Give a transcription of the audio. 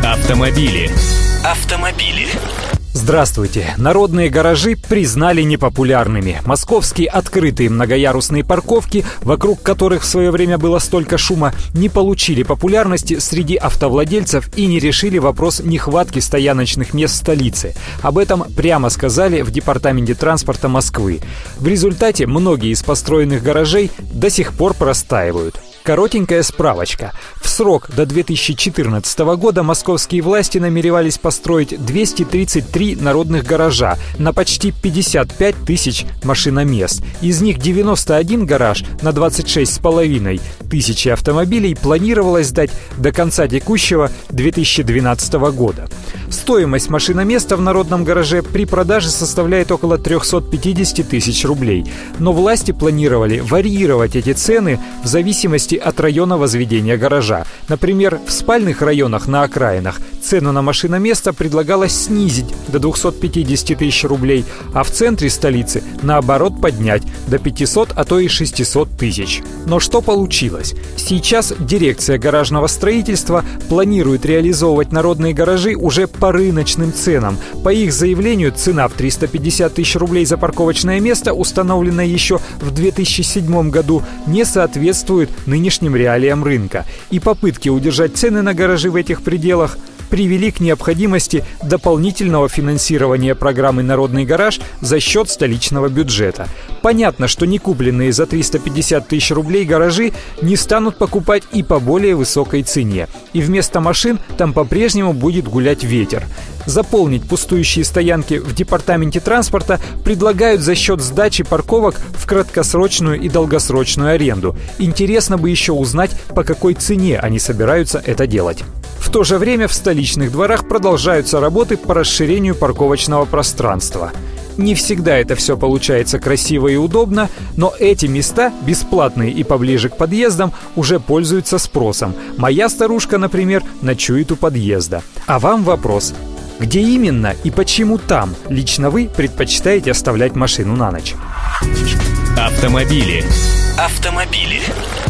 Автомобили. Здравствуйте! Народные гаражи признали непопулярными. Московские открытые многоярусные парковки, вокруг которых в свое время было столько шума, не получили популярности среди автовладельцев и не решили вопрос нехватки стояночных мест в столице. Об этом прямо сказали в Департаменте транспорта Москвы. В результате многие из построенных гаражей до сих пор простаивают. Коротенькая справочка. В срок до 2014 года московские власти намеревались построить 233 народных гаража на почти 55 тысяч машиномест. Из них 91 гараж на 26,5 тысячи автомобилей планировалось сдать до конца текущего 2012 года. Стоимость машиноместа в народном гараже при продаже составляет около 350 тысяч рублей. Но власти планировали варьировать эти цены в зависимости от района возведения гаража. Например, в спальных районах на окраинах цену на машиноместо предлагалось снизить до 250 тысяч рублей, а в центре столицы, наоборот, поднять до 500, а то и 600 тысяч. Но что получилось? Сейчас дирекция гаражного строительства планирует реализовывать народные гаражи уже по рыночным ценам. По их заявлению, цена в 350 тысяч рублей за парковочное место, установленная еще в 2007 году, не соответствует нынешним реалиям рынка. И попытки удержать цены на гаражи в этих пределах привели к необходимости дополнительного финансирования программы «Народный гараж» за счет столичного бюджета. Понятно, что не купленные за 350 тысяч рублей гаражи не станут покупать и по более высокой цене. И вместо машин там по-прежнему будет гулять ветер. Заполнить пустующие стоянки в Департаменте транспорта предлагают за счет сдачи парковок в краткосрочную и долгосрочную аренду. Интересно бы еще узнать, по какой цене они собираются это делать. В то же время в столичных дворах продолжаются работы по расширению парковочного пространства. Не всегда это все получается красиво и удобно, но эти места, бесплатные и поближе к подъездам, уже пользуются спросом. Моя старушка, например, ночует у подъезда. А вам вопрос: где именно и почему там лично вы предпочитаете оставлять машину на ночь? Автомобили.